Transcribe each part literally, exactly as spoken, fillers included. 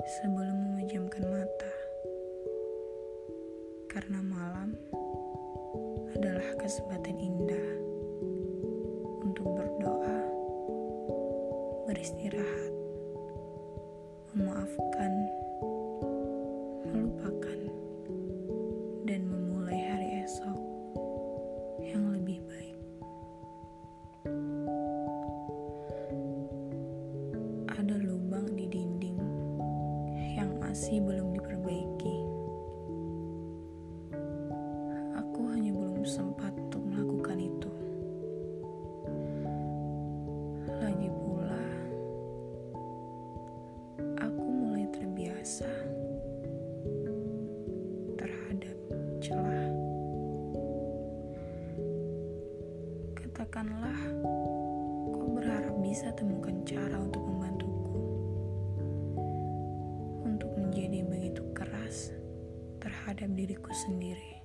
sebelum memejamkan mata, karena malam adalah kesempatan indah untuk berdoa, beristirahat, memaafkan, melupakan, dan memulai hari esok yang lebih baik. Ada lubang di dinding yang masih belum diperbaiki. Aku hanya belum sempat untuk melakukan itu. Lagi pula, aku mulai terbiasa terhadap celah. Katakanlah, kau berharap bisa temukan cara untuk membantuku, untuk menjadi begitu keras terhadap diriku sendiri.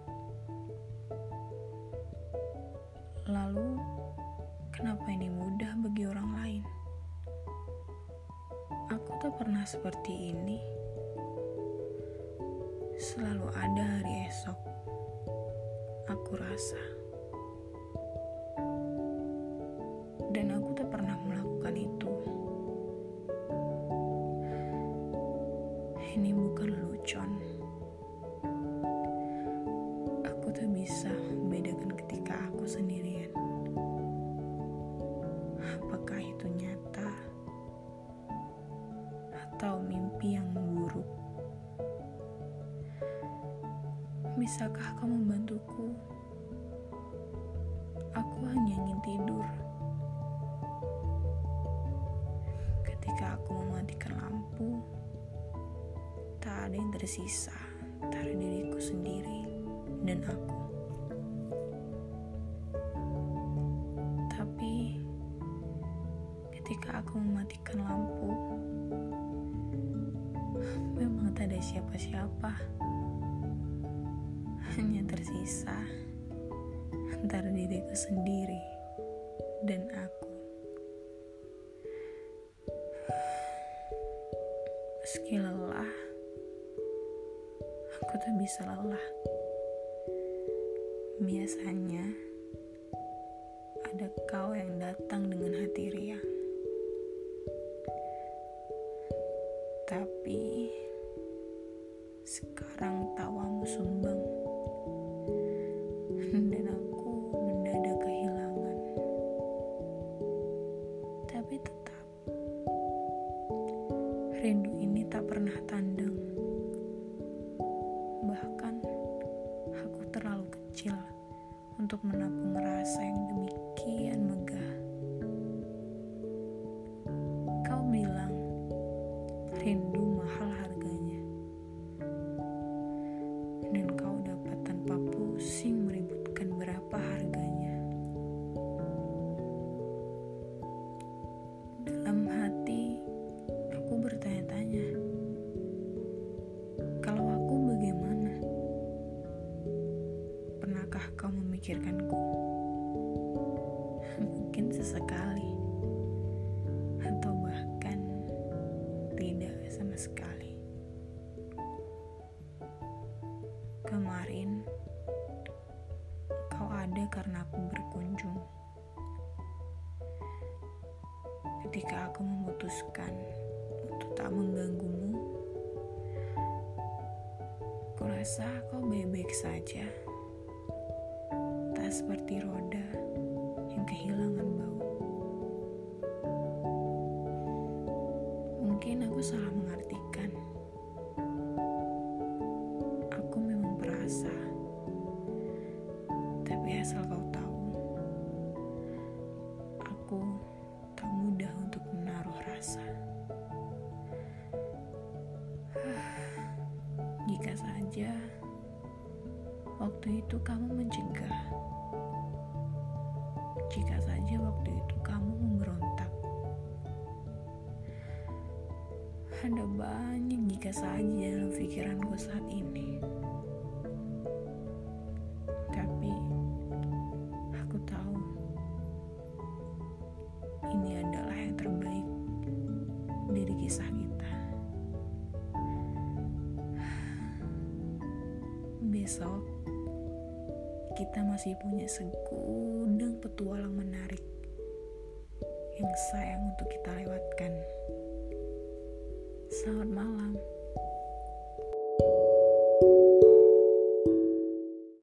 Lalu, kenapa ini mudah bagi orang lain? Aku tak pernah seperti ini. Selalu ada hari esok, aku rasa. Dan aku tak pernah melakukan itu. Ini bukan lelucon. Aku tak bisa membedakan ketika aku sendirian. Apakah itu nyata atau mimpi yang memburuk? Bisakah kau membantuku? Aku hanya ingin tidur. Ketika aku mematikan lampu, tak ada yang tersisa antara diriku sendiri dan aku. Tapi ketika aku mematikan lampu, memang tak ada siapa-siapa. Hanya tersisa antara diriku sendiri dan aku. Meski lelah, aku tak bisa lelah. Biasanya ada kau yang datang dengan hati riang. Tapi sekarang tawamu sumbang dan aku mendadak kehilangan. Tapi tetap, rindu ini tak pernah tandang. Bahkan aku terlalu kecil untuk menampung rasa yang demikian megah. Kau bilang rindu mahal harganya, dan kau dapat tanpa pusing meributkan berapa harganya. Dalam hati, aku bertanya-tanya, kalau aku bagaimana? Pernahkah kau memikirkanku? Mungkin sesekali, atau bahkan tidak sama sekali. Kemarin, kau ada karena aku berkunjung. Ketika aku memutuskan untuk tak mengganggumu, aku rasa kau baik-baik saja. Tak seperti roda yang kehilangan bau. Mungkin aku salah mengartikan. Aku memang perasa. Tapi asal kau tahu, aku tak mudah untuk menaruh rasa. Jika saja waktu itu kamu mencegah. Jika saja waktu itu kamu memberontak. Ada banyak jika saja dalam pikiranku saat ini. Tapi aku tahu ini adalah yang terbaik dari kisah kita. besok kita masih punya segudang petualang menarik yang sayang untuk kita lewatkan. Selamat malam.